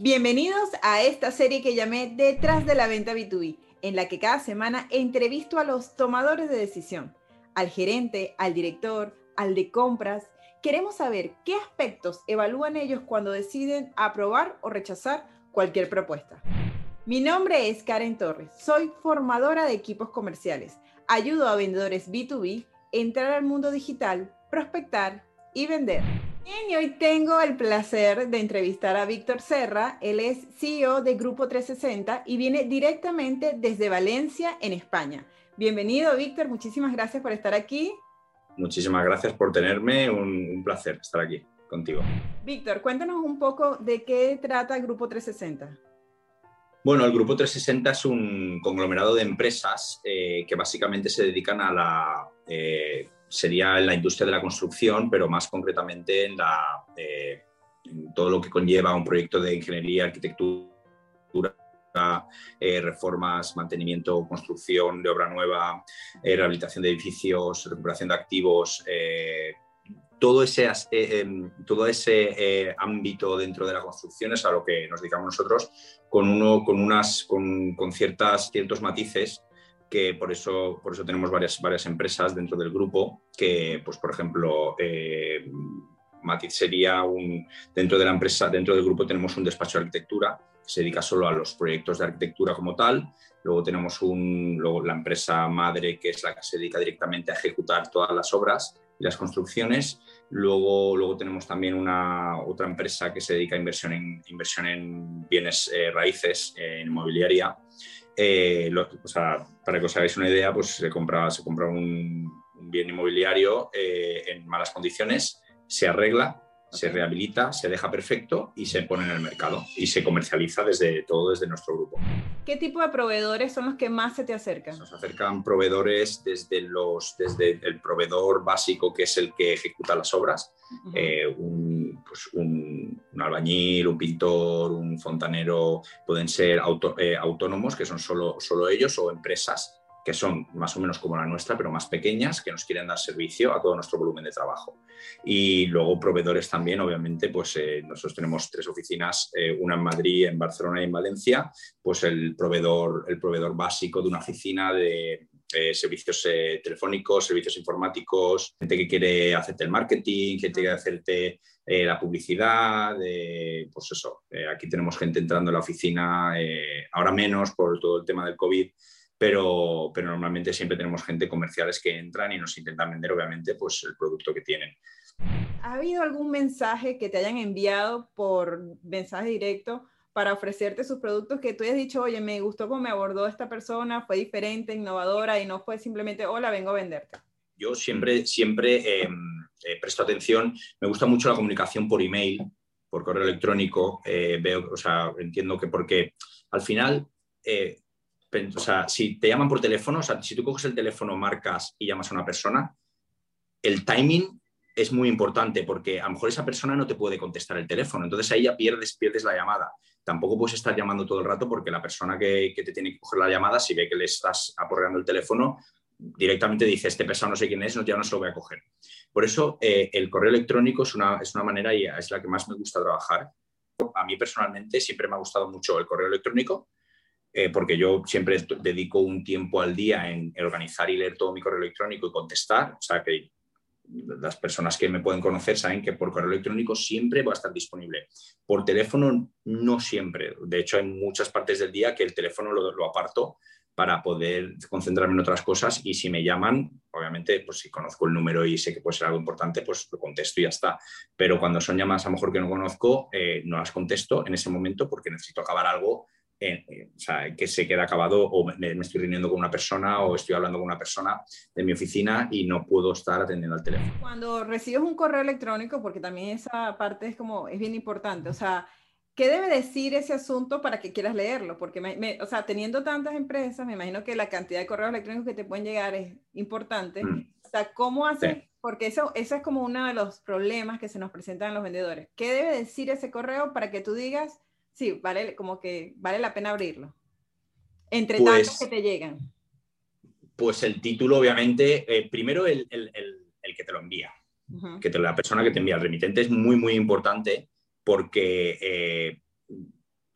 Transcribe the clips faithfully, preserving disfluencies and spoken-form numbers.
Bienvenidos a esta serie que llamé Detrás de la Venta B dos B, en la que cada semana entrevisto a los tomadores de decisión, al gerente, al director, al de compras. Queremos saber qué aspectos evalúan ellos cuando deciden aprobar o rechazar cualquier propuesta. Mi nombre es Karen Torres, soy formadora de equipos comerciales. Ayudo a vendedores B dos B a entrar al mundo digital, prospectar y vender. Bien, y hoy tengo el placer de entrevistar a Víctor Serra. Él es C E O de Grupo trescientos sesenta y viene directamente desde Valencia, en España. Bienvenido, Víctor. Muchísimas gracias por estar aquí. Muchísimas gracias por tenerme. Un, un placer estar aquí contigo. Víctor, cuéntanos un poco de qué trata Grupo trescientos sesenta. Bueno, el Grupo trescientos sesenta es un conglomerado de empresas eh, que básicamente se dedican a la... Eh, sería en la industria de la construcción, pero más concretamente en, la, eh, en todo lo que conlleva un proyecto de ingeniería, arquitectura, eh, reformas, mantenimiento, construcción de obra nueva, eh, rehabilitación de edificios, recuperación de activos, eh, todo ese, eh, eh, todo ese eh, ámbito dentro de la construcción es a lo que nos dedicamos nosotros con, uno, con, unas, con, con ciertas, ciertos matices que por eso, por eso tenemos varias, varias empresas dentro del grupo que, pues, por ejemplo, eh, matiz sería un, dentro de la empresa, dentro del grupo tenemos un despacho de arquitectura que se dedica solo a los proyectos de arquitectura como tal. Luego tenemos un, luego la empresa madre, que es la que se dedica directamente a ejecutar todas las obras y las construcciones. Luego, luego tenemos también una, otra empresa que se dedica a inversión en, inversión en bienes eh, raíces, eh, en inmobiliaria. Eh, lo, o sea, para que os hagáis una idea, pues se compra, se compra un, un bien inmobiliario eh, en malas condiciones, se arregla, okay, se rehabilita, se deja perfecto y se pone en el mercado y se comercializa desde todo desde nuestro grupo. ¿Qué tipo de proveedores son los que más se te acercan? Nos acercan proveedores desde, los, desde el proveedor básico, que es el que ejecuta las obras, uh-huh. eh, un, pues un, un albañil, un pintor, un fontanero, pueden ser auto, eh, autónomos, que son solo, solo ellos, o empresas que son más o menos como la nuestra, pero más pequeñas, que nos quieren dar servicio a todo nuestro volumen de trabajo. Y luego proveedores también, obviamente, pues eh, nosotros tenemos tres oficinas, eh, una en Madrid, en Barcelona y en Valencia, pues el proveedor, el proveedor básico de una oficina de eh, servicios eh, telefónicos, servicios informáticos, gente que quiere hacerte el marketing, gente que quiere hacerte eh, la publicidad, eh, pues eso, eh, aquí tenemos gente entrando en la oficina, eh, ahora menos por todo el tema del COVID, Pero, pero normalmente siempre tenemos gente comerciales que entran y nos intentan vender, obviamente, pues el producto que tienen. ¿Ha habido algún mensaje que te hayan enviado por mensaje directo para ofrecerte sus productos que tú hayas dicho, oye, me gustó cómo me abordó esta persona, fue diferente, innovadora y no fue simplemente, hola, vengo a venderte? Yo siempre, siempre eh, eh, presto atención, me gusta mucho la comunicación por email, por correo electrónico, eh, veo, o sea, entiendo que porque al final... Eh, O sea, si te llaman por teléfono, o sea, si tú coges el teléfono, marcas y llamas a una persona, el timing es muy importante porque a lo mejor esa persona no te puede contestar el teléfono. Entonces ahí ya pierdes, pierdes la llamada. Tampoco puedes estar llamando todo el rato porque la persona que, que te tiene que coger la llamada, si ve que le estás aporreando el teléfono, directamente dice, este pesado no sé quién es, no, ya no se lo voy a coger. Por eso eh, el correo electrónico es una, es una manera y es la que más me gusta trabajar. A mí personalmente siempre me ha gustado mucho el correo electrónico, Eh, porque yo siempre dedico un tiempo al día en, en organizar y leer todo mi correo electrónico y contestar. O sea, que las personas que me pueden conocer saben que por correo electrónico siempre va a estar disponible. Por teléfono no siempre. De hecho, hay muchas partes del día que el teléfono lo, lo aparto para poder concentrarme en otras cosas y si me llaman, obviamente, pues si conozco el número y sé que puede ser algo importante, pues lo contesto y ya está. Pero cuando son llamadas a lo mejor que no conozco, eh, no las contesto en ese momento porque necesito acabar algo. Eh, eh, o sea, que se queda acabado o me, me estoy reuniendo con una persona o estoy hablando con una persona de mi oficina y no puedo estar atendiendo al teléfono. Cuando recibes un correo electrónico, porque también esa parte es como, es bien importante, o sea, ¿qué debe decir ese asunto para que quieras leerlo? Porque, me, me, o sea, teniendo tantas empresas, me imagino que la cantidad de correos electrónicos que te pueden llegar es importante. Mm. O sea, ¿cómo haces? Sí. Porque eso, eso es como uno de los problemas que se nos presentan a los vendedores. ¿Qué debe decir ese correo para que tú digas, sí, vale, como que vale la pena abrirlo? Entre pues, tantos que te llegan. Pues el título, obviamente, eh, primero el, el, el, el que te lo envía. Uh-huh. Que te, la persona que te envía el remitente es muy, muy importante porque eh,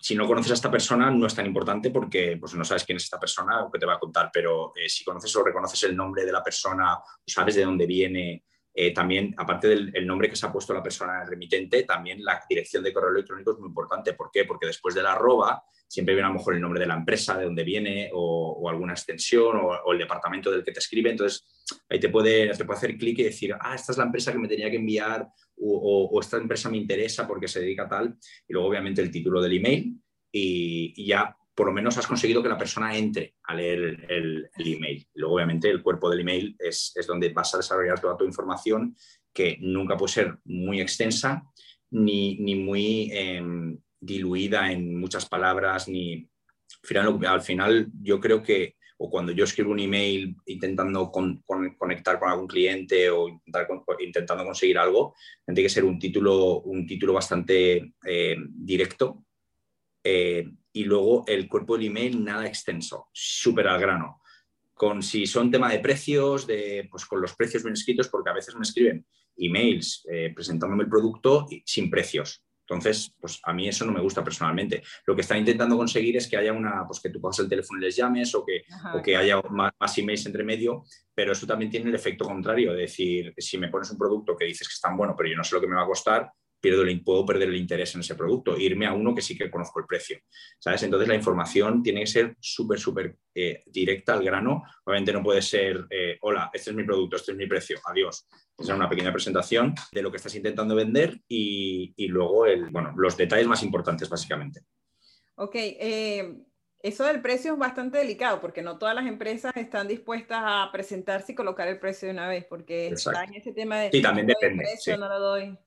si no conoces a esta persona no es tan importante porque pues, no sabes quién es esta persona o qué te va a contar, pero eh, si conoces o reconoces el nombre de la persona, sabes de dónde viene, eh, también, aparte del el nombre que se ha puesto la persona en el remitente, también la dirección de correo electrónico es muy importante. ¿Por qué? Porque después del arroba siempre viene a lo mejor el nombre de la empresa, de dónde viene, o, o alguna extensión, o, o el departamento del que te escribe. Entonces, ahí te puede, te puede hacer clic y decir, ah, esta es la empresa que me tenía que enviar, o, o, o esta empresa me interesa porque se dedica a tal. Y luego, obviamente, el título del email, y, y ya por lo menos has conseguido que la persona entre a leer el, el, el email. Y luego, obviamente, el cuerpo del email es, es donde vas a desarrollar toda tu información, que nunca puede ser muy extensa ni, ni muy eh, diluida en muchas palabras. Ni... Al final, al final, yo creo que, o cuando yo escribo un email intentando con, con, conectar con algún cliente o intentar, con, intentando conseguir algo, tiene que ser un título, un título bastante eh, directo. Eh, y luego el cuerpo del email nada extenso, súper al grano. Con si son tema de precios, de, pues con los precios bien escritos, porque a veces me escriben emails eh, presentándome el producto y, sin precios. Entonces, pues a mí eso no me gusta personalmente. Lo que están intentando conseguir es que haya una, pues que tú cojas el teléfono y les llames, o que, Ajá, o que claro. haya más, más emails entre medio, pero eso también tiene el efecto contrario, de decir, si me pones un producto que dices que es tan bueno, pero yo no sé lo que me va a costar, pierdo el, puedo perder el interés en ese producto, irme a uno que sí que conozco el precio, ¿sabes? Entonces la información tiene que ser súper, súper eh, directa al grano. Obviamente no puede ser, eh, hola, este es mi producto, este es mi precio, adiós. Es una pequeña presentación de lo que estás intentando vender y, y luego el, bueno, los detalles más importantes, básicamente. Ok, eh, eso del precio es bastante delicado porque no todas las empresas están dispuestas a presentarse y colocar el precio de una vez, porque Exacto. Está en ese tema de sí, también depende, precio, sí. no lo doy.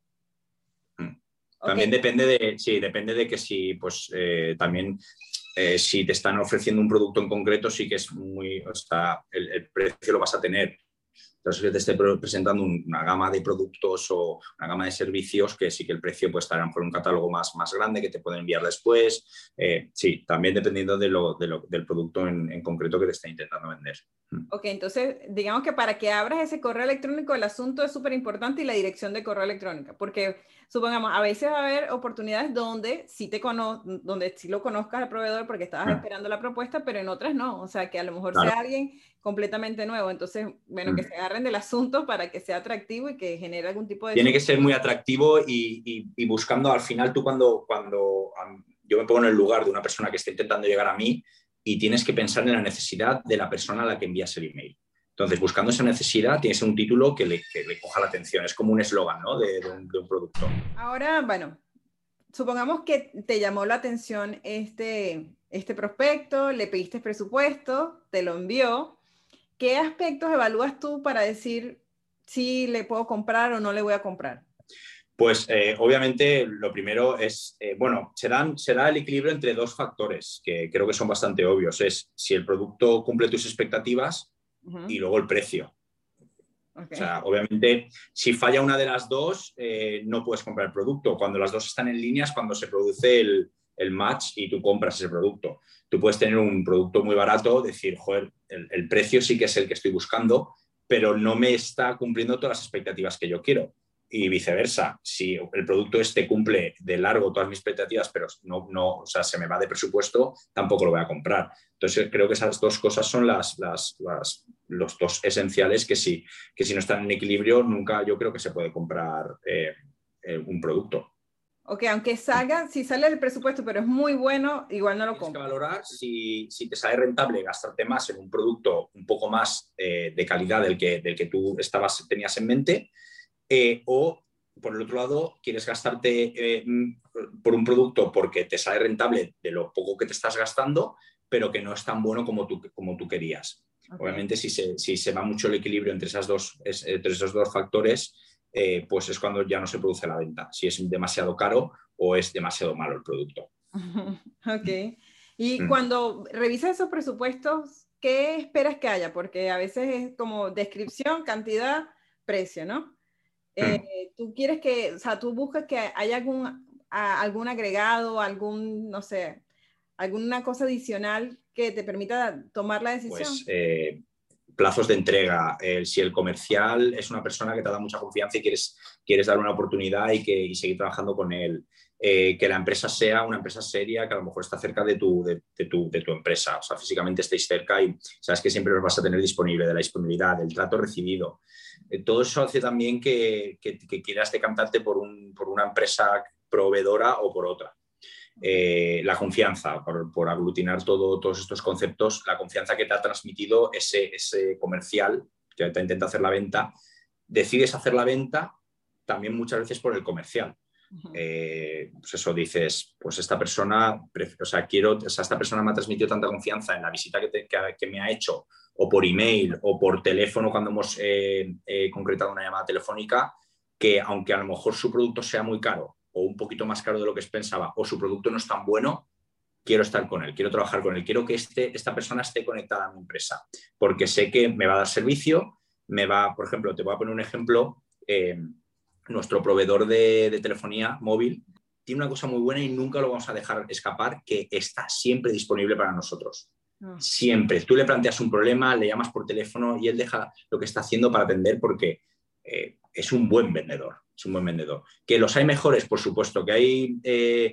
También Okay. depende de, sí, depende de que si, pues, eh, también, eh, si te están ofreciendo un producto en concreto, sí que es muy, o sea, el, el precio lo vas a tener. Entonces, que te esté presentando una gama de productos o una gama de servicios que sí que el precio puede estar por un catálogo más, más grande que te pueden enviar después. Eh, sí, también dependiendo de lo, de lo, del producto en, en concreto que te está intentando vender. Ok, entonces digamos que para que abras ese correo electrónico el asunto es súper importante y la dirección de correo electrónico, porque supongamos, a veces va a haber oportunidades donde sí, te cono donde sí lo conozcas al proveedor porque estabas ah. esperando la propuesta, pero en otras no, o sea que a lo mejor claro. sea alguien completamente nuevo, entonces bueno, mm. que se agarren del asunto para que sea atractivo y que genere algún tipo de... Tiene que ser muy atractivo y, y, y buscando al final tú cuando, cuando um, yo me pongo en el lugar de una persona que está intentando llegar a mí, y tienes que pensar en la necesidad de la persona a la que envías el email. Entonces, buscando esa necesidad, tienes un título que le, que le coja la atención. Es como un eslogan, ¿no? de, de, un, de un producto. Ahora, bueno, supongamos que te llamó la atención este, este prospecto, le pediste presupuesto, te lo envió. ¿Qué aspectos evalúas tú para decir si le puedo comprar o no le voy a comprar? Pues eh, obviamente lo primero es, eh, bueno, se, dan, se da el equilibrio entre dos factores que creo que son bastante obvios. Es si el producto cumple tus expectativas uh-huh. y luego el precio. Okay. O sea, obviamente, si falla una de las dos, eh, no puedes comprar el producto. Cuando las dos están en línea es cuando se produce el, el match y tú compras ese producto. Tú puedes tener un producto muy barato, decir, joder, el, el precio sí que es el que estoy buscando, pero no me está cumpliendo todas las expectativas que yo quiero. Y viceversa, si el producto este cumple de largo todas mis expectativas, pero no, no, o sea, se me va de presupuesto, tampoco lo voy a comprar. Entonces, creo que esas dos cosas son las, las, las, los dos esenciales que si, que si no están en equilibrio, nunca yo creo que se puede comprar eh, eh, un producto. Ok, aunque salga, si sale el presupuesto, pero es muy bueno, igual no lo compro. Tienes que valorar si, si te sale rentable gastarte más en un producto un poco más eh, de calidad del que, del que tú estabas, tenías en mente. Eh, o, por el otro lado, quieres gastarte eh, por un producto porque te sale rentable de lo poco que te estás gastando, pero que no es tan bueno como tú, como tú querías. Okay. Obviamente, si se, si se va mucho el equilibrio entre, esas dos, entre esos dos factores, eh, pues es cuando ya no se produce la venta. Si es demasiado caro o es demasiado malo el producto. Ok. Y mm. cuando revisas esos presupuestos, ¿qué esperas que haya? Porque a veces es como descripción, cantidad, precio, ¿no? Eh, tú quieres que, o sea, tú buscas que haya algún, a, algún agregado, algún, no sé, alguna cosa adicional que te permita tomar la decisión. Pues eh, plazos de entrega. Eh, si el comercial es una persona que te da mucha confianza y quieres, quieres dar una oportunidad y, que, y seguir trabajando con él. eh, que la empresa sea una empresa seria, que a lo mejor está cerca de tu, de, de, tu, de tu empresa, o sea, físicamente estéis cerca y sabes que siempre los vas a tener disponible, de la disponibilidad, del trato recibido. Eh, todo eso hace también que, que, que quieras decantarte por, un, por una empresa proveedora o por otra. Eh, la confianza, por, por aglutinar todo, todos estos conceptos, la confianza que te ha transmitido ese, ese comercial que te intenta hacer la venta, decides hacer la venta también muchas veces por el comercial. Uh-huh. Eh, pues eso dices, pues esta persona, o sea, quiero, o sea, esta persona me ha transmitido tanta confianza en la visita que, te, que, que me ha hecho, o por email, o por teléfono cuando hemos eh, eh, concretado una llamada telefónica, que aunque a lo mejor su producto sea muy caro, o un poquito más caro de lo que pensaba, o su producto no es tan bueno, quiero estar con él, quiero trabajar con él, quiero que este, esta persona esté conectada a mi empresa, porque sé que me va a dar servicio, me va, por ejemplo, te voy a poner un ejemplo, eh, nuestro proveedor de, de telefonía móvil tiene una cosa muy buena y nunca lo vamos a dejar escapar, que está siempre disponible para nosotros. Oh. Siempre. Tú le planteas un problema, le llamas por teléfono y él deja lo que está haciendo para atender porque eh, es un buen vendedor. Es un buen vendedor. Que los hay mejores, por supuesto, que hay eh,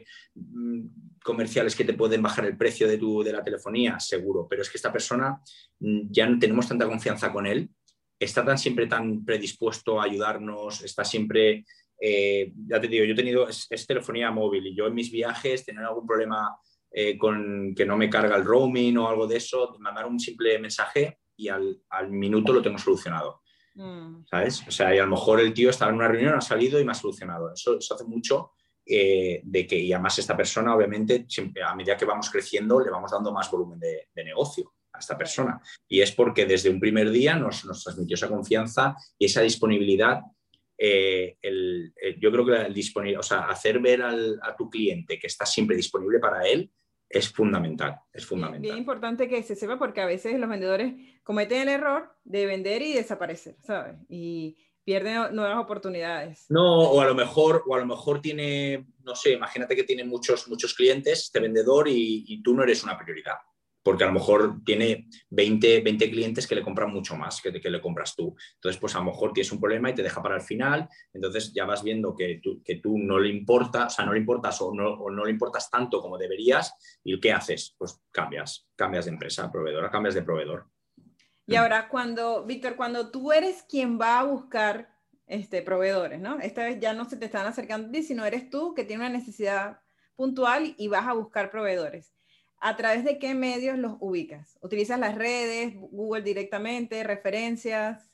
comerciales que te pueden bajar el precio de, tu, de la telefonía, seguro, pero es que esta persona ya no tenemos tanta confianza con él, está tan siempre tan predispuesto a ayudarnos, está siempre, eh, ya te digo, yo he tenido, es, es telefonía móvil y yo en mis viajes, tener algún problema eh, con que no me carga el roaming o algo de eso, mandar un simple mensaje y al, al minuto lo tengo solucionado. Mm. ¿Sabes? O sea, y a lo mejor el tío estaba en una reunión, ha salido y me ha solucionado. Eso, eso hace mucho eh, de que, y además esta persona, obviamente, siempre, a medida que vamos creciendo, le vamos dando más volumen de, de negocio a esta persona. Y es porque desde un primer día nos, nos transmitió esa confianza y esa disponibilidad. Eh, el, el, yo creo que el disponible, o sea, hacer ver al, a tu cliente que está siempre disponible para él es fundamental, es fundamental. Bien, bien importante que se sepa porque a veces los vendedores cometen el error de vender y desaparecer, ¿sabes? Y pierden nuevas oportunidades. No, o a lo mejor, o a lo mejor tiene, no sé, imagínate que tiene muchos, muchos clientes este vendedor y, y tú no eres una prioridad. Porque a lo mejor tiene veinte, veinte clientes que le compran mucho más que, que le compras tú. Entonces, pues a lo mejor tienes un problema y te deja para el final. Entonces ya vas viendo que tú, que tú no le importas, o sea, no le importas o no, o no le importas tanto como deberías. ¿Y qué haces? Pues cambias, cambias de empresa, proveedora, cambias de proveedor. Y ahora, cuando, Víctor, cuando tú eres quien va a buscar este, proveedores, ¿no? Esta vez ya no se te están acercando a ti, sino eres tú que tienes una necesidad puntual y vas a buscar proveedores. ¿A través de qué medios los ubicas? ¿Utilizas las redes, Google directamente, referencias?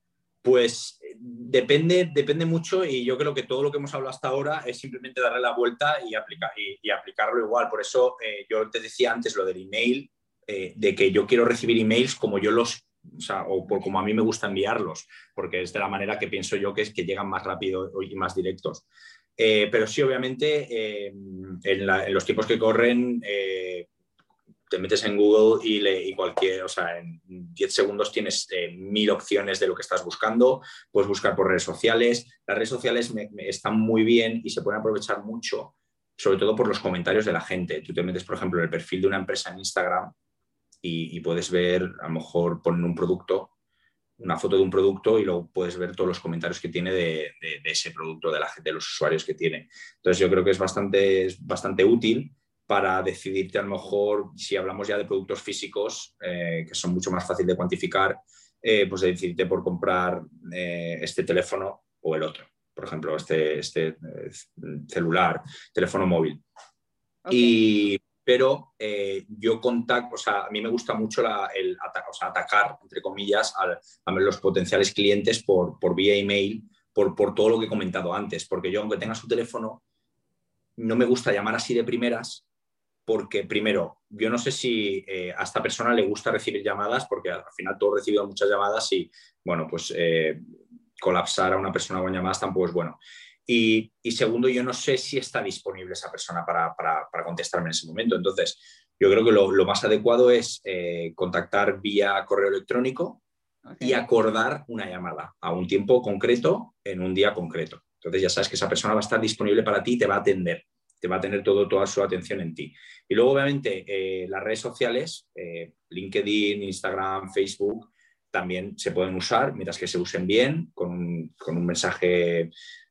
Pues depende, depende mucho y yo creo que todo lo que hemos hablado hasta ahora es simplemente darle la vuelta y, aplicar, y, y aplicarlo igual. Por eso eh, yo te decía antes lo del email, eh, de que yo quiero recibir emails como yo los, o sea, o por como a mí me gusta enviarlos, porque es de la manera que pienso yo que es que llegan más rápido y más directos. Eh, pero sí, obviamente, eh, en, la, en los tiempos que corren, eh, te metes en Google y, le, y cualquier, o sea, en diez segundos tienes eh, mil opciones de lo que estás buscando, puedes buscar por redes sociales. Las redes sociales me, me están muy bien y se pueden aprovechar mucho, sobre todo por los comentarios de la gente. Tú te metes, por ejemplo, en el perfil de una empresa en Instagram y, y puedes ver, a lo mejor ponen un producto, una foto de un producto y luego puedes ver todos los comentarios que tiene de, de, de ese producto, de, la, de los usuarios que tiene. Entonces yo creo que es bastante, es bastante útil para decidirte a lo mejor, si hablamos ya de productos físicos, eh, que son mucho más fáciles de cuantificar, eh, pues de decidirte por comprar eh, este teléfono o el otro. Por ejemplo, este, este eh, celular, teléfono móvil. Okay. Y, pero eh, yo contacto, o sea, a mí me gusta mucho la, el ata- o sea, atacar, entre comillas, a, a los potenciales clientes por, por vía email, por, por todo lo que he comentado antes. Porque yo, aunque tenga su teléfono, no me gusta llamar así de primeras, porque primero, yo no sé si eh, a esta persona le gusta recibir llamadas, porque al final tú has recibido muchas llamadas y, bueno, pues eh, colapsar a una persona con llamadas tampoco es bueno. Y, y segundo, yo no sé si está disponible esa persona para, para, para contestarme en ese momento. Entonces, yo creo que lo, lo más adecuado es eh, contactar vía correo electrónico okay. y acordar una llamada a un tiempo concreto en un día concreto. Entonces ya sabes que esa persona va a estar disponible para ti y te va a atender. Te va a tener todo, toda su atención en ti. Y luego, obviamente, eh, las redes sociales, eh, LinkedIn, Instagram, Facebook, también se pueden usar, mientras que se usen bien, con un, con un mensaje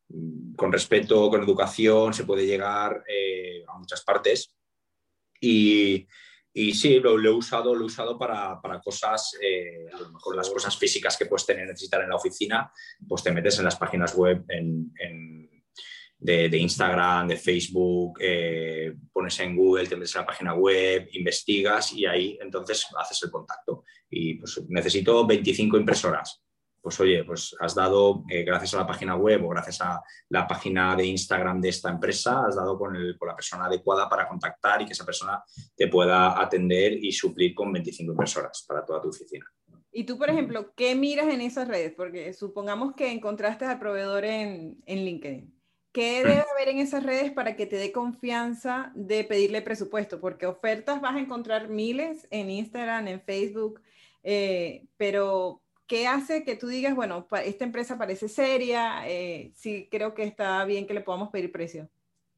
con respeto, con educación, se puede llegar eh, a muchas partes. Y, y sí, lo, lo he usado, lo he usado para, para cosas, eh, a lo mejor las cosas físicas que puedes tener, necesitar en la oficina, pues te metes en las páginas web en, en, de, de Instagram, de Facebook, eh, pones en Google, te metes en la página web, investigas y ahí entonces haces el contacto. Y pues necesito veinticinco impresoras. Pues oye, pues has dado, eh, gracias a la página web o gracias a la página de Instagram de esta empresa, has dado con, el, con la persona adecuada para contactar y que esa persona te pueda atender y suplir con veinticinco impresoras para toda tu oficina. Y tú, por ejemplo, ¿qué miras en esas redes? Porque supongamos que encontraste al proveedor en, en LinkedIn. ¿Qué debe haber en esas redes para que te dé confianza de pedirle presupuesto? Porque ofertas vas a encontrar miles en Instagram, en Facebook, eh, pero ¿qué hace que tú digas, bueno, esta empresa parece seria, eh, sí creo que está bien que le podamos pedir precio?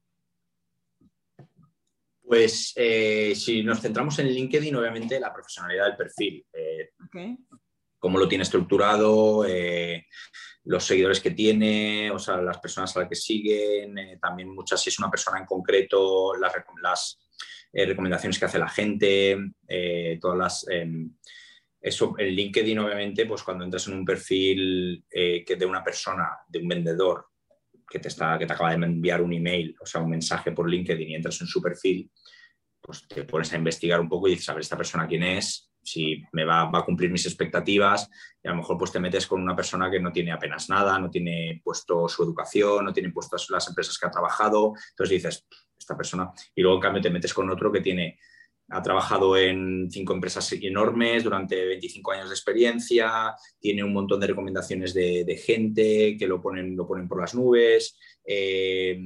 Pues eh, si nos centramos en LinkedIn, obviamente la profesionalidad del perfil, eh, okay. Cómo lo tiene estructurado, eh, los seguidores que tiene, o sea, las personas a las que siguen, eh, también muchas, si es una persona en concreto, las, las eh, recomendaciones que hace la gente, eh, todas las... Eh, eso, en LinkedIn, obviamente, pues cuando entras en un perfil eh, que de una persona, de un vendedor, que te, está, que te acaba de enviar un email, o sea, un mensaje por LinkedIn y entras en su perfil, pues te pones a investigar un poco y dices, a ver, esta persona quién es, si me va, va a cumplir mis expectativas, y a lo mejor pues te metes con una persona que no tiene apenas nada, no tiene puesto su educación, no tiene puestas las empresas que ha trabajado, entonces dices, esta persona, y luego en cambio te metes con otro que tiene... Ha trabajado en cinco empresas enormes durante veinticinco años de experiencia, tiene un montón de recomendaciones de, de gente que lo ponen, lo ponen por las nubes, eh,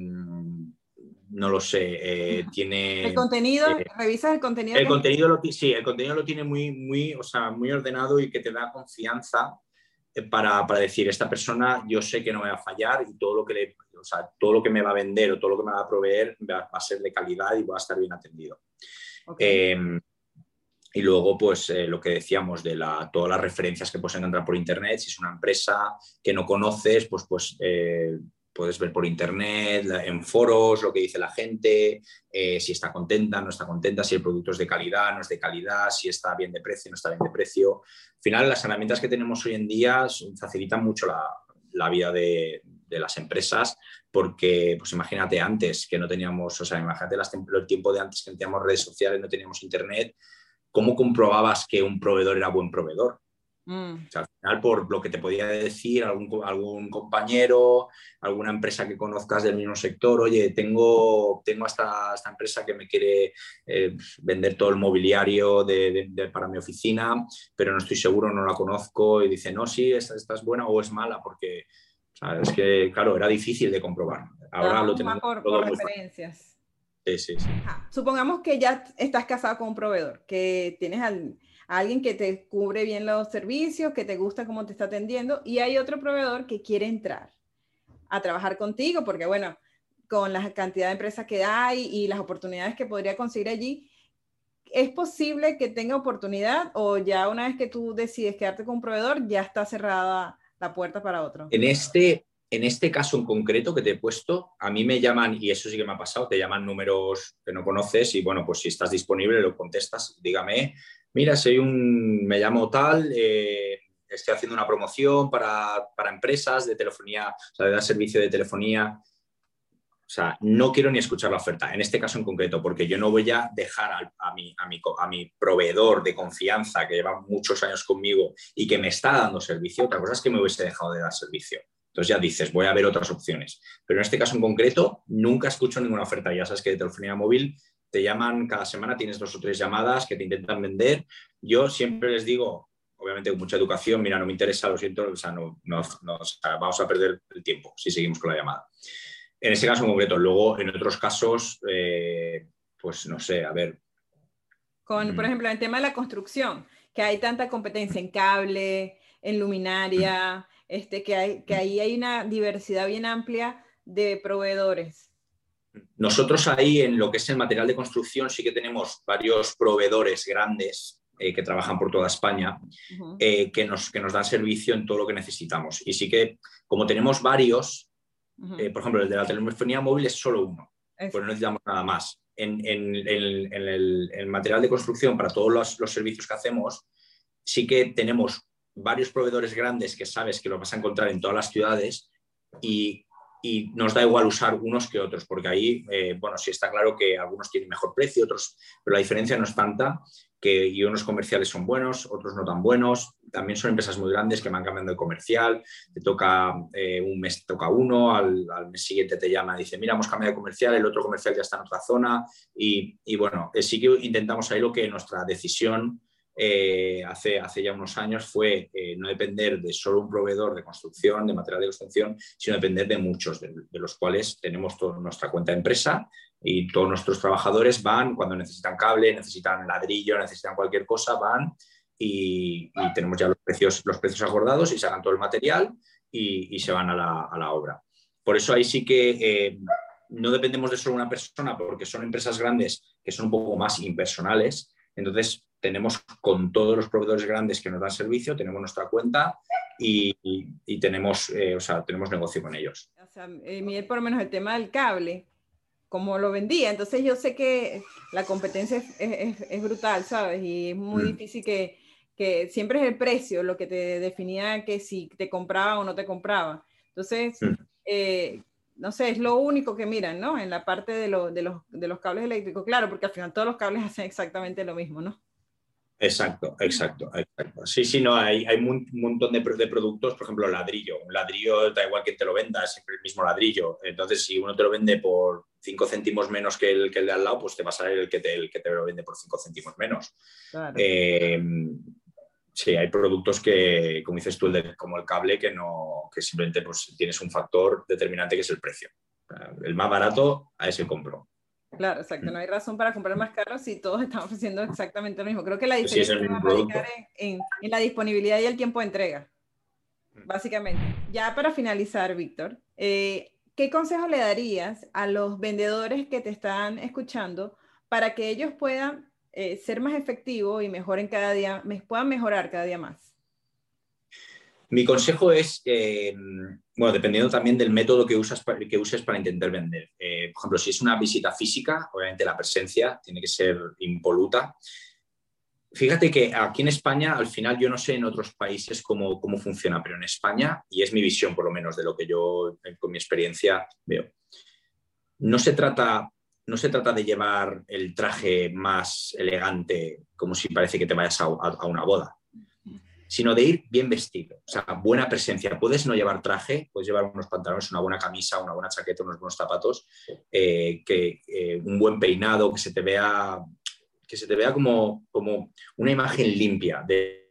no lo sé, eh, tiene... ¿El contenido? Eh, ¿Revisas el contenido? El que contenido lo, sí, el contenido lo tiene muy, muy, o sea, muy ordenado y que te da confianza para, para decir, esta persona yo sé que no me va a fallar y todo lo que, le, o sea, todo lo que me va a vender o todo lo que me va a proveer va, va a ser de calidad y va a estar bien atendido. Okay. Eh, y luego, pues, eh, lo que decíamos de la, todas las referencias que puedes encontrar por internet, si es una empresa que no conoces, pues, pues eh, puedes ver por internet, en foros, lo que dice la gente, eh, si está contenta, no está contenta, si el producto es de calidad, no es de calidad, si está bien de precio, no está bien de precio. Al final, las herramientas que tenemos hoy en día facilitan mucho la, la vida de, de las empresas, porque, pues imagínate antes que no teníamos, o sea, imagínate las, el tiempo de antes que no teníamos redes sociales, no teníamos internet, ¿cómo comprobabas que un proveedor era buen proveedor? Mm. O sea, al final, por lo que te podía decir algún, algún compañero, alguna empresa que conozcas del mismo sector, oye, tengo, tengo esta, esta empresa que me quiere eh, vender todo el mobiliario de, de, de, para mi oficina, pero no estoy seguro, no la conozco, y dice, no, sí, esta, esta es buena o es mala, porque, o sea, es que, claro, era difícil de comprobar. Ahora Vamos lo tenemos por, todo por muy referencias. Fácil. Sí, sí, sí. Ajá. Supongamos que ya estás casado con un proveedor, que tienes al, a alguien que te cubre bien los servicios, que te gusta cómo te está atendiendo, y hay otro proveedor que quiere entrar a trabajar contigo, porque bueno, con la cantidad de empresas que hay y las oportunidades que podría conseguir allí, ¿es posible que tenga oportunidad o ya una vez que tú decides quedarte con un proveedor, ya está cerrada la puerta para otro? En este... En este caso en concreto que te he puesto, a mí me llaman, y eso sí que me ha pasado, te llaman números que no conoces y bueno, pues si estás disponible lo contestas, dígame, mira, soy un, me llamo tal, eh, estoy haciendo una promoción para, para empresas de telefonía, o sea, de dar servicio de telefonía. O sea, no quiero ni escuchar la oferta, en este caso en concreto, porque yo no voy a dejar a, a, mi, a, mi, a mi proveedor de confianza que lleva muchos años conmigo y que me está dando servicio. Otra cosa es que me hubiese dejado de dar servicio. Entonces ya dices, voy a ver otras opciones. Pero en este caso en concreto, nunca escucho ninguna oferta. Ya sabes que de telefonía móvil te llaman cada semana, tienes dos o tres llamadas que te intentan vender. Yo siempre les digo, obviamente con mucha educación, mira, no me interesa, lo siento, o sea, no, no, no, o sea, vamos a perder el tiempo si seguimos con la llamada. En ese caso en concreto. Luego, en otros casos, eh, pues no sé, a ver. Con, por ejemplo, en el tema de la construcción, que hay tanta competencia en cable, en luminaria, este, que, hay, que ahí hay una diversidad bien amplia de proveedores. Nosotros ahí, en lo que es el material de construcción, sí que tenemos varios proveedores grandes eh, que trabajan por toda España, uh-huh. eh, que, nos, que nos dan servicio en todo lo que necesitamos. Y sí que, como tenemos varios, Uh-huh. Eh, por ejemplo, el de la telefonía móvil es solo uno, Eso. pues no necesitamos nada más. En, en, en, en el, el material de construcción, para todos los, los servicios que hacemos, sí que tenemos varios proveedores grandes que sabes que los vas a encontrar en todas las ciudades y, y nos da igual usar unos que otros, porque ahí, eh, bueno, sí está claro que algunos tienen mejor precio, otros, pero la diferencia no es tanta, que y unos comerciales son buenos, otros no tan buenos. También son empresas muy grandes que van cambiando de comercial, te toca eh, un mes te toca uno, al, al mes siguiente te llama y dice, mira, hemos cambiado de comercial, el otro comercial ya está en otra zona y, y bueno, eh, sí que intentamos ahí lo que nuestra decisión eh, hace, hace ya unos años fue eh, no depender de solo un proveedor de construcción, de material de construcción, sino depender de muchos, de, de los cuales tenemos toda nuestra cuenta de empresa y todos nuestros trabajadores van cuando necesitan cable, necesitan ladrillo, necesitan cualquier cosa, van y, y tenemos ya los precios, los precios acordados y sacan todo el material y, y se van a la, a la obra. Por eso ahí sí que eh, no dependemos de solo una persona, porque son empresas grandes que son un poco más impersonales. Entonces tenemos con todos los proveedores grandes que nos dan servicio, tenemos nuestra cuenta y, y, y tenemos, eh, o sea, tenemos negocio con ellos. O sea, eh, Miguel, por lo menos el tema del cable, como lo vendía, entonces yo sé que la competencia es, es, es brutal, ¿sabes? Y es muy mm. difícil que, que siempre es el precio lo que te definía que si te compraba o no te compraba. Entonces, mm. eh, no sé, es lo único que miran, ¿no? En la parte de, lo, de, los, de los cables eléctricos, claro, porque al final todos los cables hacen exactamente lo mismo, ¿no? Exacto, exacto, exacto. Sí, sí, no, hay, hay un montón de, de productos, por ejemplo, el ladrillo. Un ladrillo, da igual que te lo venda, es siempre el mismo ladrillo. Entonces, si uno te lo vende por cinco céntimos menos que el, que el de al lado, pues te va a salir el que te, el que te lo vende por cinco céntimos menos. Claro. Eh, sí, hay productos que, como dices tú, el de, como el cable, que, no, que simplemente pues, tienes un factor determinante que es el precio. El más barato, a ese compro. Claro, exacto. No hay razón para comprar más caro si todos están ofreciendo exactamente lo mismo. Creo que la diferencia sí, va a radicar en, en, en la disponibilidad y el tiempo de entrega, básicamente. Ya para finalizar, Víctor, eh, ¿qué consejo le darías a los vendedores que te están escuchando para que ellos puedan eh, ser más efectivos y mejoren cada día, me, puedan mejorar cada día más? Mi consejo es, eh, bueno, dependiendo también del método que, usas, que uses para intentar vender. Eh, por ejemplo, si es una visita física, obviamente la presencia tiene que ser impoluta. Fíjate que aquí en España, al final, yo no sé en otros países cómo, cómo funciona, pero en España, y es mi visión por lo menos de lo que yo con mi experiencia veo, no se trata, no se trata de llevar el traje más elegante como si parece que te vayas a, a, a una boda, sino de ir bien vestido, o sea, buena presencia. Puedes no llevar traje, puedes llevar unos pantalones, una buena camisa, una buena chaqueta, unos buenos zapatos, eh, que, eh, un buen peinado, que se te vea, que se te vea como, como una imagen limpia de,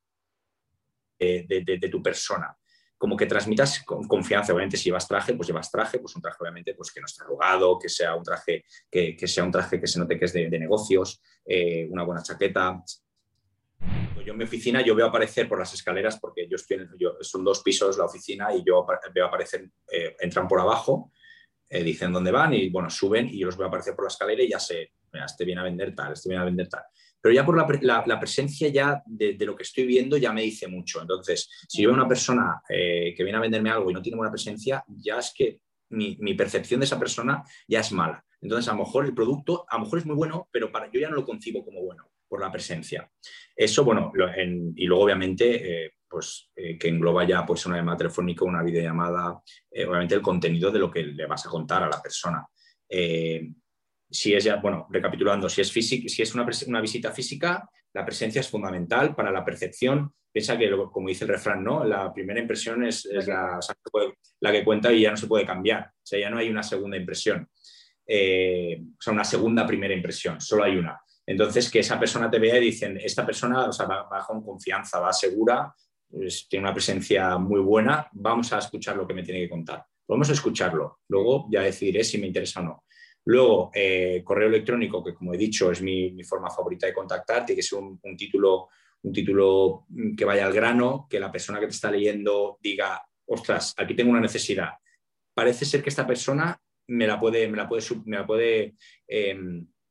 de, de, de tu persona. Como que transmitas confianza. Obviamente, si llevas traje, pues llevas traje, pues un traje obviamente pues que no esté arrugado, que sea un traje que, que sea un traje que se note que es de, de negocios, eh, una buena chaqueta. Yo en mi oficina yo veo aparecer por las escaleras, porque yo estoy en, yo, son dos pisos la oficina y yo veo aparecer, eh, entran por abajo, eh, dicen dónde van y bueno, suben y yo los veo aparecer por la escalera y ya sé, mira, este viene a vender tal, este viene a vender tal. Pero ya por la, la, la presencia ya de, de lo que estoy viendo ya me dice mucho. Entonces, si yo veo una persona eh, que viene a venderme algo y no tiene buena presencia, ya es que mi, mi percepción de esa persona ya es mala. Entonces, a lo mejor el producto, a lo mejor es muy bueno, pero para, yo ya no lo concibo como bueno por la presencia. Eso, bueno, lo, en, y luego obviamente, eh, pues eh, que engloba ya pues una llamada telefónica, una videollamada, eh, obviamente el contenido de lo que le vas a contar a la persona. Eh, si es ya, bueno, recapitulando, si es, física, si es una, una visita física, la presencia es fundamental para la percepción. Piensa que, como dice el refrán, ¿no? La primera impresión es, es la, o sea, la que cuenta y ya no se puede cambiar. O sea, ya no hay una segunda impresión. Eh, o sea, una segunda primera impresión, solo hay una. Entonces, que esa persona te vea y dicen, esta persona, o sea, va, va con confianza, va segura, pues, tiene una presencia muy buena, vamos a escuchar lo que me tiene que contar. Vamos a escucharlo, luego ya decidiré si me interesa o no. Luego, eh, correo electrónico, que como he dicho es mi, mi forma favorita de contactar, tiene que ser un, un, título, un título que vaya al grano, que la persona que te está leyendo diga, ostras, aquí tengo una necesidad. Parece ser que esta persona me la puede, me la puede, me la puede eh,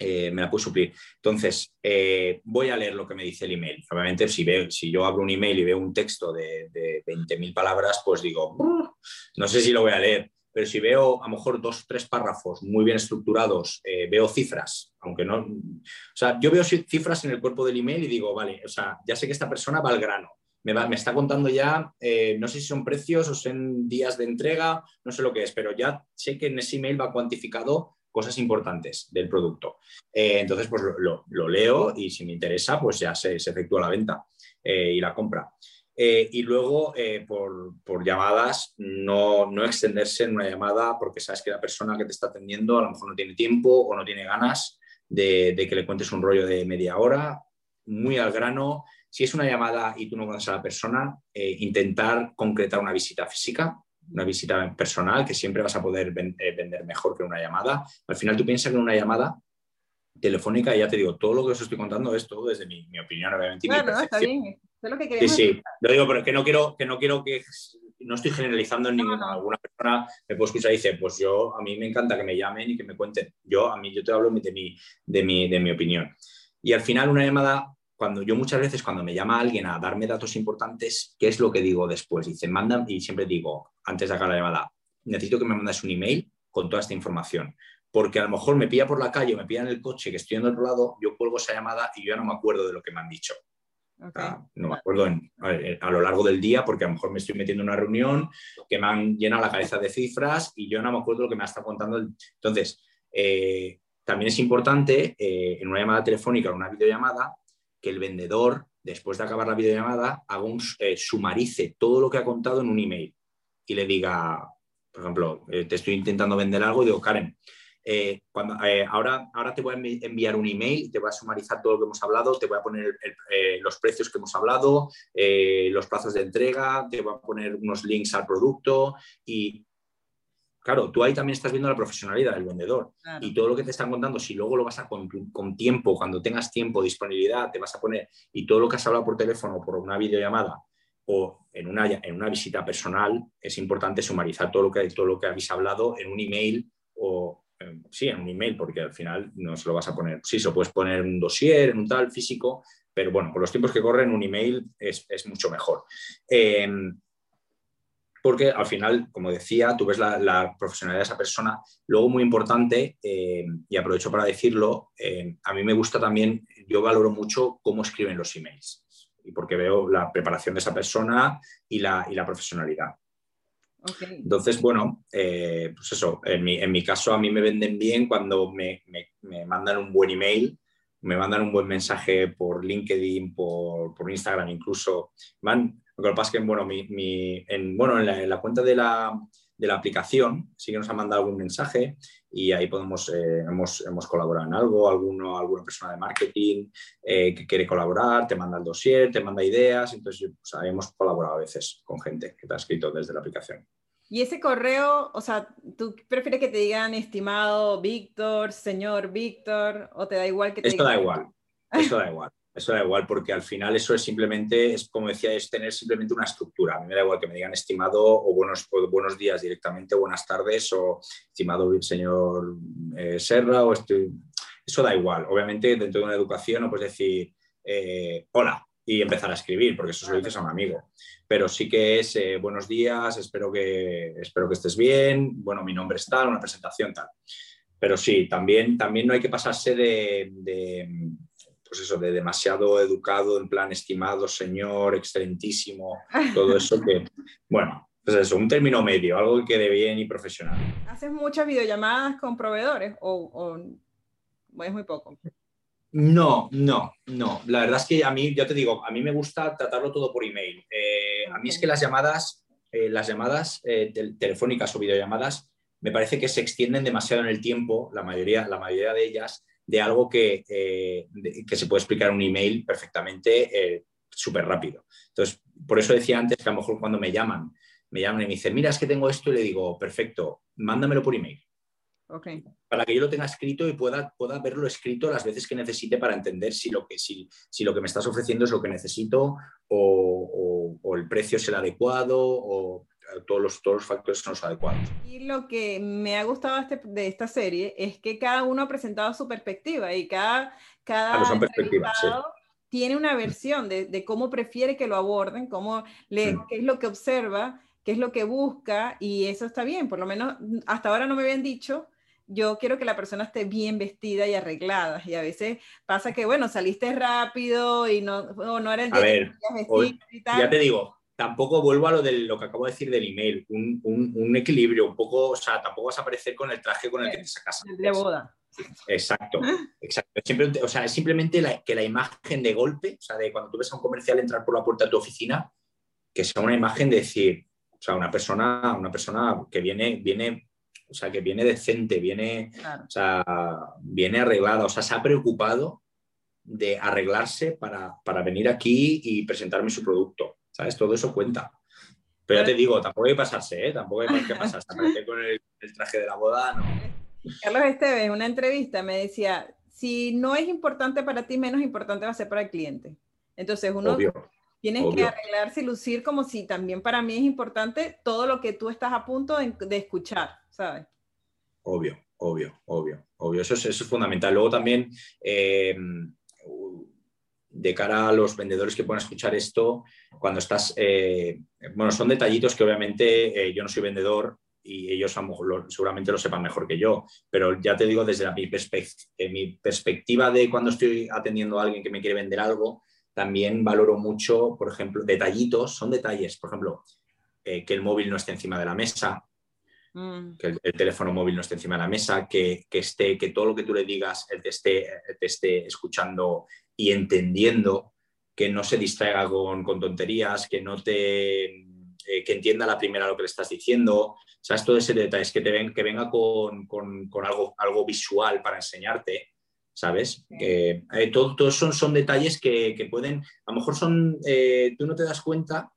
eh, me la puede suplir. Entonces, eh, voy a leer lo que me dice el email. Obviamente, si, veo, si yo abro un email y veo un texto de, de veinte mil palabras, pues digo, no sé si lo voy a leer. Pero si veo a lo mejor dos, tres párrafos muy bien estructurados, eh, veo cifras, aunque no... O sea, yo veo cifras en el cuerpo del email y digo, vale, o sea, ya sé que esta persona va al grano. Me, va, me está contando ya, eh, no sé si son precios o son días de entrega, no sé lo que es, pero ya sé que en ese email va cuantificado cosas importantes del producto. Eh, entonces, pues lo, lo, lo leo y si me interesa, pues ya se, se efectúa la venta eh, y la compra. Eh, y luego, eh, por, por llamadas, no, no extenderse en una llamada porque sabes que la persona que te está atendiendo a lo mejor no tiene tiempo o no tiene ganas de, de que le cuentes un rollo de media hora, muy al grano. Si es una llamada y tú no conoces a la persona, eh, intentar concretar una visita física, una visita personal, que siempre vas a poder ven, eh, vender mejor que una llamada. Al final tú piensas que en una llamada telefónica, y ya te digo, todo lo que os estoy contando es todo desde mi, mi opinión, obviamente, y Bueno, mi no, está percepción. bien. Eso es lo que Sí, queremos. sí, lo digo, pero que no quiero que, no quiero que no estoy generalizando en No, ninguna. no. Alguna persona me puede escuchar y dice, pues yo, a mí me encanta que me llamen y que me cuenten. Yo, a mí, yo te hablo de mi, de mi, de mi opinión. Y al final una llamada, cuando yo muchas veces cuando me llama alguien a darme datos importantes, ¿qué es lo que digo después? Dice, manda, y siempre digo, antes de acabar la llamada, necesito que me mandes un email con toda esta información. Porque a lo mejor me pilla por la calle o me pilla en el coche que estoy en otro lado, yo cuelgo esa llamada y yo ya no me acuerdo de lo que me han dicho. Okay. Uh, no me acuerdo en, a, a lo largo del día porque a lo mejor me estoy metiendo en una reunión que me han llenado la cabeza de cifras y yo no me acuerdo de lo que me ha estado contando. Entonces, eh, también es importante eh, en una llamada telefónica o una videollamada que el vendedor, después de acabar la videollamada, haga un, eh, sumarice todo lo que ha contado en un email y le diga, por ejemplo, eh, te estoy intentando vender algo y digo, Karen, Eh, cuando, eh, ahora, ahora te voy a enviar un email y te voy a sumarizar todo lo que hemos hablado, te voy a poner el, eh, los precios que hemos hablado, eh, los plazos de entrega, te voy a poner unos links al producto y claro, tú ahí también estás viendo la profesionalidad del vendedor. Claro. Y todo lo que te están contando, si luego lo vas a con, con tiempo, cuando tengas tiempo, disponibilidad, te vas a poner y todo lo que has hablado por teléfono o por una videollamada o en una, en una visita personal, es importante sumarizar todo lo que, todo lo que habéis hablado en un email o sí, en un email, porque al final no se lo vas a poner, sí, se lo puedes poner en un dossier, en un tal físico, pero bueno, por los tiempos que corren, un email es, es mucho mejor. Eh, porque al final, como decía, tú ves la, la profesionalidad de esa persona. Luego, muy importante, eh, y aprovecho para decirlo, eh, a mí me gusta también, yo valoro mucho cómo escriben los emails, y porque veo la preparación de esa persona y la, y la profesionalidad. Okay. Entonces, bueno, eh, pues eso, en mi, en mi caso a mí me venden bien cuando me, me, me mandan un buen email, me mandan un buen mensaje por LinkedIn, por, por Instagram incluso. Man, lo que pasa es que bueno, mi, mi, en, bueno, en, la, en la cuenta de la, de la aplicación sí que nos han mandado algún mensaje y ahí podemos, eh, hemos, hemos colaborado en algo, alguno, alguna persona de marketing eh, que quiere colaborar, te manda el dossier, te manda ideas, entonces o sea, hemos colaborado a veces con gente que te ha escrito desde la aplicación. Y ese correo, o sea, ¿tú prefieres que te digan estimado Víctor, señor Víctor, o te da igual que te Esto digan? da igual, eso da igual. Eso da igual porque al final eso es simplemente, es como decía, es tener simplemente una estructura. A mí me da igual que me digan estimado o buenos, o buenos días directamente, buenas tardes o estimado señor eh, Serra. O estoy... Eso da igual. Obviamente dentro de una educación no puedes decir eh, hola y empezar a escribir porque eso se lo dices a un amigo. Pero sí que es eh, buenos días, espero que, espero que estés bien, bueno, mi nombre es tal, una presentación tal. Pero sí, también, también no hay que pasarse de... de pues eso, de demasiado educado, en plan estimado, señor, excelentísimo, todo eso que, bueno, pues eso, un término medio, algo que quede bien y profesional. ¿Haces muchas videollamadas con proveedores o, o es muy poco? No, no, no. La verdad es que a mí, yo te digo, a mí me gusta tratarlo todo por email. Eh, okay. A mí es que las llamadas, eh, las llamadas eh, tel telefónicas o videollamadas me parece que se extienden demasiado en el tiempo, la mayoría, la mayoría de ellas, de algo que, eh, de, que se puede explicar en un email perfectamente eh, súper rápido. Entonces, por eso decía antes que a lo mejor cuando me llaman, me llaman y me dicen, mira, es que tengo esto y le digo, perfecto, mándamelo por email. Okay. Para que yo lo tenga escrito y pueda, pueda verlo escrito las veces que necesite para entender si lo que, si, si lo que me estás ofreciendo es lo que necesito o, o, o el precio es el adecuado. O, todos los, todos los factores son los adecuados. Y lo que me ha gustado este, de esta serie es que cada uno ha presentado su perspectiva y cada, cada Ah, son perspectivas, sí. tiene una versión de, de cómo prefiere que lo aborden, cómo le, mm. qué es lo que observa, qué es lo que busca, y eso está bien. Por lo menos hasta ahora no me habían dicho, yo quiero que la persona esté bien vestida y arreglada, y a veces pasa que, bueno, saliste rápido y no, o no era el día a ver, que vestir y tal. Ya te digo, tampoco vuelvo a lo, de, lo que acabo de decir del email, un, un, un equilibrio, un poco, o sea, tampoco vas a aparecer con el traje con el que te sacas de boda. Exacto, exacto. Siempre, o sea, es simplemente la, que la imagen de golpe, o sea, de cuando tú ves a un comercial entrar por la puerta de tu oficina, que sea una imagen de decir, o sea, una persona, una persona que viene, viene, o sea, que viene decente, viene, claro. O sea, viene arreglada, o sea, se ha preocupado de arreglarse para, para venir aquí y presentarme su producto, ¿sabes? Todo eso cuenta. Pero ya te digo, tampoco hay que pasarse, ¿eh? Tampoco hay que pasarse. Aparecer con el, el traje de la boda, no. Carlos Esteves, en una entrevista me decía, si no es importante para ti, menos importante va a ser para el cliente. Entonces uno obvio, tiene obvio. que arreglarse y lucir como si también para mí es importante todo lo que tú estás a punto de, de escuchar, ¿sabes? Obvio, obvio, obvio, obvio. Eso es, eso es fundamental. Luego también, eh, de cara a los vendedores que puedan escuchar esto, cuando estás, eh, bueno, son detallitos que obviamente eh, yo no soy vendedor, y ellos a lo mejor lo, seguramente lo sepan mejor que yo, pero ya te digo desde la, mi, perspectiva, eh, mi perspectiva de cuando estoy atendiendo a alguien que me quiere vender algo, también valoro mucho, por ejemplo, detallitos, son detalles, por ejemplo, eh, que el móvil no esté encima de la mesa, mm. que el, el teléfono móvil no esté encima de la mesa, que, que, esté, que todo lo que tú le digas él te esté, te esté escuchando y entendiendo, que no se distraiga con, con tonterías, que no te... Eh, que entienda la primera lo que le estás diciendo, ¿sabes? Todo ese detalle, que, te ven, que venga con, con, con algo, algo visual para enseñarte, ¿sabes? Eh, eh, Todos todo son, son detalles que, que pueden, a lo mejor son, eh, tú no te das cuenta,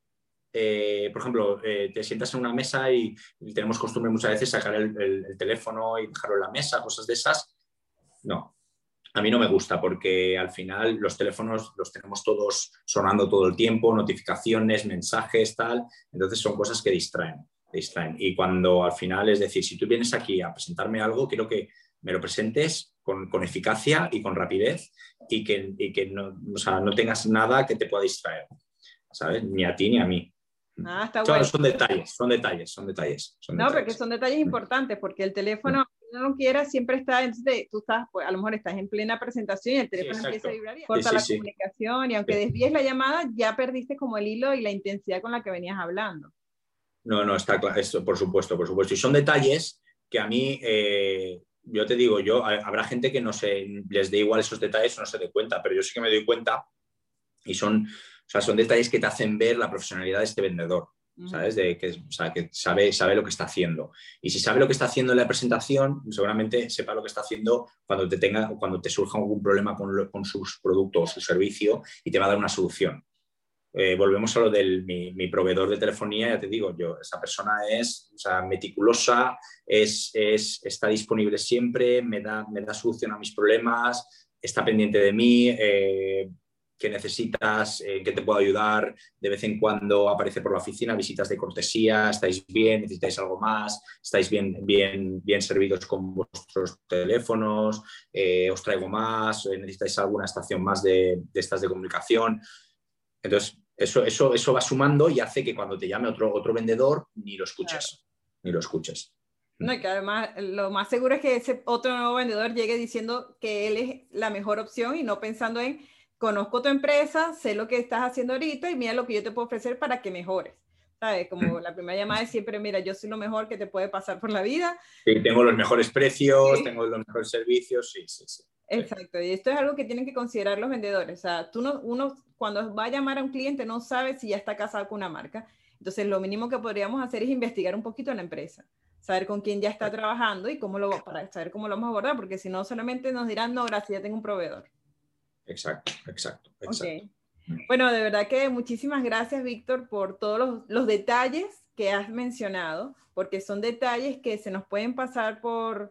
eh, por ejemplo, eh, te sientas en una mesa y, y tenemos costumbre muchas veces sacar el, el, el teléfono y dejarlo en la mesa, cosas de esas. No. A mí no me gusta porque al final los teléfonos los tenemos todos sonando todo el tiempo, notificaciones, mensajes, tal. Entonces son cosas que distraen, distraen. Y cuando al final, es decir, si tú vienes aquí a presentarme algo, quiero que me lo presentes con, con eficacia y con rapidez y que, y que no, o sea, no tengas nada que te pueda distraer, ¿sabes? Ni a ti ni a mí. Ah, está bueno. bueno. Son detalles, son detalles, son detalles. Son no, detalles. porque son detalles importantes, porque el teléfono, si uno no quiera, siempre está, entonces tú estás, pues, a lo mejor estás en plena presentación y el teléfono sí, empieza a vibrar y corta sí, sí, la sí. comunicación, y aunque sí. desvíes la llamada, ya perdiste como el hilo y la intensidad con la que venías hablando. No, no, está claro, esto, por supuesto, por supuesto. Y son detalles que a mí, eh, yo te digo, yo, habrá gente que no se, les dé igual esos detalles o no se dé cuenta, pero yo sí que me doy cuenta y son, o sea, son detalles que te hacen ver la profesionalidad de este vendedor. ¿Sabes? De que, o sea, que sabe, sabe lo que está haciendo. Y si sabe lo que está haciendo en la presentación, seguramente sepa lo que está haciendo cuando te, tenga, cuando te surja algún problema con, lo, con sus productos o su servicio y te va a dar una solución. Eh, volvemos a lo del mi, mi proveedor de telefonía, ya te digo, yo, esa persona es o sea, meticulosa, es, es, está disponible siempre, me da, me da solución a mis problemas, está pendiente de mí, eh, qué necesitas, en eh, qué te puedo ayudar, de vez en cuando aparece por la oficina, visitas de cortesía, estáis bien, necesitáis algo más, estáis bien, bien, bien servidos con vuestros teléfonos, eh, os traigo más, eh, necesitáis alguna estación más de, de estas de comunicación. Entonces, eso, eso, eso va sumando y hace que cuando te llame otro, otro vendedor, ni lo escuches, claro. ni lo escuches. No, y que además lo más seguro es que ese otro nuevo vendedor llegue diciendo que él es la mejor opción y no pensando en conozco tu empresa, sé lo que estás haciendo ahorita y mira lo que yo te puedo ofrecer para que mejores. ¿Sabes? Como la primera llamada es siempre, mira, yo soy lo mejor que te puede pasar por la vida. Sí, tengo los mejores precios, sí. tengo los mejores servicios, sí, sí, sí. Exacto, y esto es algo que tienen que considerar los vendedores. O sea, tú no, uno cuando va a llamar a un cliente no sabe si ya está casado con una marca. Entonces, lo mínimo que podríamos hacer es investigar un poquito la empresa, saber con quién ya está trabajando y cómo lo, para saber cómo lo vamos a abordar, porque si no, solamente nos dirán, no, gracias, ya tengo un proveedor. Exacto, exacto, exacto. Okay. Bueno, de verdad que muchísimas gracias, Víctor, por todos los, los detalles que has mencionado, porque son detalles que se nos pueden pasar por,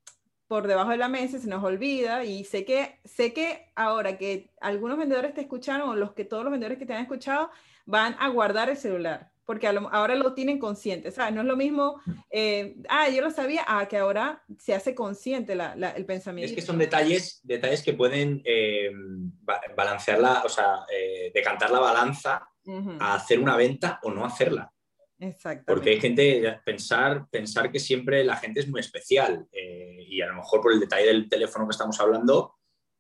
por debajo de la mesa, se nos olvida, y sé que, sé que ahora que algunos vendedores te escucharon, o los que todos los vendedores que te han escuchado, van a guardar el celular. porque a lo, ahora lo tienen consciente, ¿sabes? No es lo mismo, eh, ah, yo lo sabía, ah, que ahora se hace consciente la, la, el pensamiento. Es que son detalles, detalles que pueden eh, balancear la, o sea, eh, decantar la balanza uh-huh. a hacer una venta o no hacerla. Exactamente. Porque hay gente, pensar, pensar que siempre la gente es muy especial eh, y a lo mejor por el detalle del teléfono que estamos hablando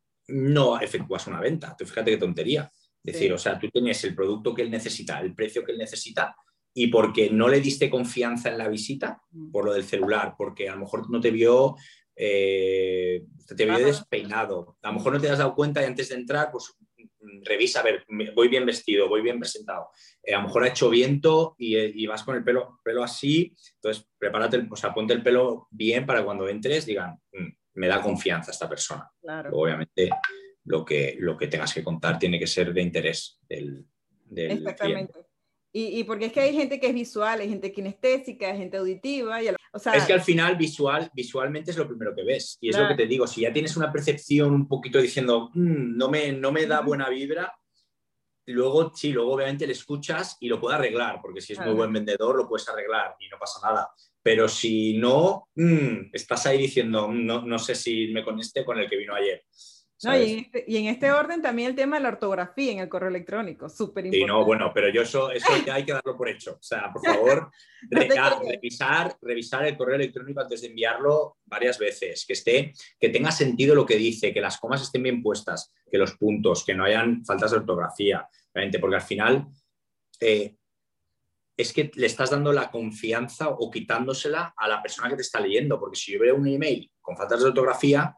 no efectúas una venta. Tú fíjate qué tontería. Es decir, sí. o sea, tú tienes el producto que él necesita, el precio que él necesita y porque no le diste confianza en la visita, por lo del celular, porque a lo mejor no te vio, eh, te vio despeinado, a lo mejor no te has dado cuenta y antes de entrar, pues revisa, a ver, voy bien vestido, voy bien presentado. Eh, a lo mejor ha hecho viento y, y vas con el pelo, pelo así, entonces prepárate, o sea, ponte el pelo bien para cuando entres digan, mmm, me da confianza esta persona. Claro. Obviamente lo que, lo que tengas que contar tiene que ser de interés del, del Exactamente. cliente. Y, y porque es que hay gente que es visual, hay gente kinestésica, hay gente auditiva. Y, o sea, es que al final visual, visualmente es lo primero que ves. Y es claro. lo que te digo, si ya tienes una percepción un poquito diciendo mmm, no, me, no me da buena vibra, luego sí, luego obviamente le escuchas y lo puedes arreglar, porque si es claro. muy buen vendedor lo puedes arreglar y no pasa nada. Pero si no, mmm, estás ahí diciendo no, no sé si me con este con el que vino ayer. No, y, en este, y en este orden también el tema de la ortografía en el correo electrónico, súper importante. Sí, no, bueno, pero yo eso, eso ya hay que darlo por hecho. O sea, por favor, re, a, revisar, revisar el correo electrónico antes de enviarlo varias veces, que esté, que tenga sentido lo que dice, que las comas estén bien puestas, que los puntos, que no hayan faltas de ortografía, realmente, porque al final eh, es que le estás dando la confianza o quitándosela a la persona que te está leyendo, porque si yo veo un email con faltas de ortografía,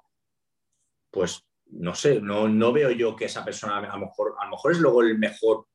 pues no sé, no, no veo yo que esa persona a lo mejor, a lo mejor es luego el mejor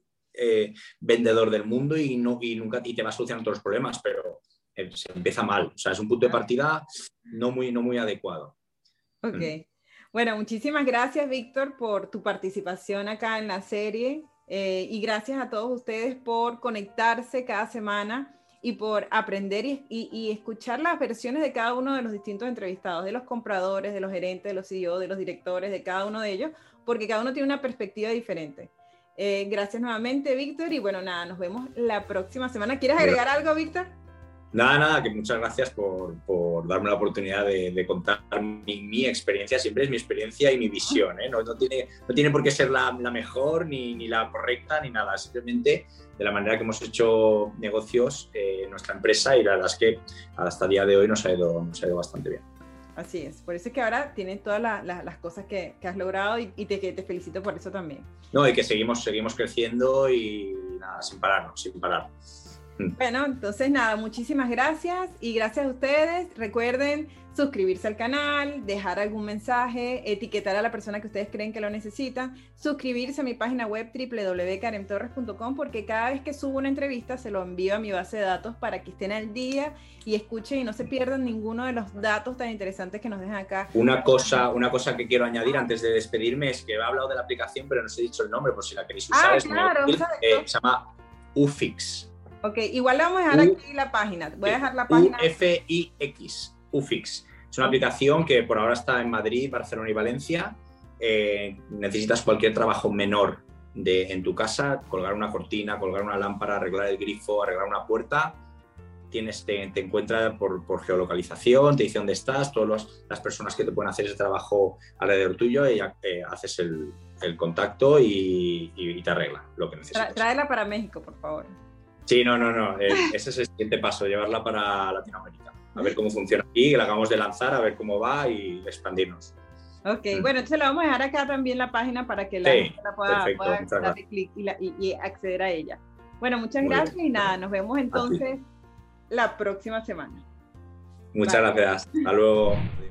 eh, vendedor del mundo y, no, y, nunca, y te va a solucionar todos los problemas, pero eh, se empieza mal. O sea, es un punto de partida no muy, no muy adecuado. Ok. Mm. Bueno, muchísimas gracias, Víctor, por tu participación acá en la serie eh, y gracias a todos ustedes por conectarse cada semana y por aprender y, y, y escuchar las versiones de cada uno de los distintos entrevistados, de los compradores, de los gerentes, de los C E O, de los directores, de cada uno de ellos, porque cada uno tiene una perspectiva diferente. Eh, gracias nuevamente, Víctor, y bueno, nada, nos vemos la próxima semana. ¿Quieres agregar algo, Víctor? Nada, nada, que muchas gracias por, por darme la oportunidad de, de contar mi, mi experiencia. Siempre es mi experiencia y mi visión, ¿eh? No, no, tiene, no tiene por qué ser la, la mejor, ni, ni la correcta, ni nada. Simplemente de la manera que hemos hecho negocios en eh, nuestra empresa y la verdad es que hasta el día de hoy nos ha ido, nos ha ido bastante bien. Así es, por eso es que ahora tienes todas la, la, las cosas que, que has logrado y, y te, te felicito por eso también. No, y que seguimos, seguimos creciendo y nada, sin pararnos, sin parar. Bueno, entonces nada, muchísimas gracias y gracias a ustedes. Recuerden suscribirse al canal, dejar algún mensaje, etiquetar a la persona que ustedes creen que lo necesitan, suscribirse a mi página web doble u doble u doble u punto karen torres punto com porque cada vez que subo una entrevista se lo envío a mi base de datos para que estén al día y escuchen y no se pierdan ninguno de los datos tan interesantes que nos dejan acá. Una cosa, una cosa que quiero añadir antes de despedirme es que he hablado de la aplicación pero no os he dicho el nombre por si la queréis usar. Ah, es claro, muy útil, eh, se llama Ufix. Ok, igual le vamos a dejar U, aquí la página. Voy a dejar la página. U F I X, Ufix. Es una aplicación que por ahora está en Madrid, Barcelona y Valencia. Eh, necesitas cualquier trabajo menor de, en tu casa, colgar una cortina, colgar una lámpara, arreglar el grifo, arreglar una puerta. Tienes, te, te encuentra por, por geolocalización, te dice dónde estás, todas las personas que te pueden hacer ese trabajo alrededor tuyo y eh, haces el, el contacto y, y, y te arregla lo que necesitas. Tráela para México, por favor. Sí, no, no, no. Ese es el siguiente paso, llevarla para Latinoamérica. A ver cómo funciona aquí, que la acabamos de lanzar, a ver cómo va y expandirnos. Ok, mm. Bueno, entonces le vamos a dejar acá también la página para que la sí, gente la pueda, pueda darle clic y, y, y acceder a ella. Bueno, muchas Muy gracias bien. Y nada, nos vemos entonces la próxima semana. Muchas Bye. Gracias. Hasta luego.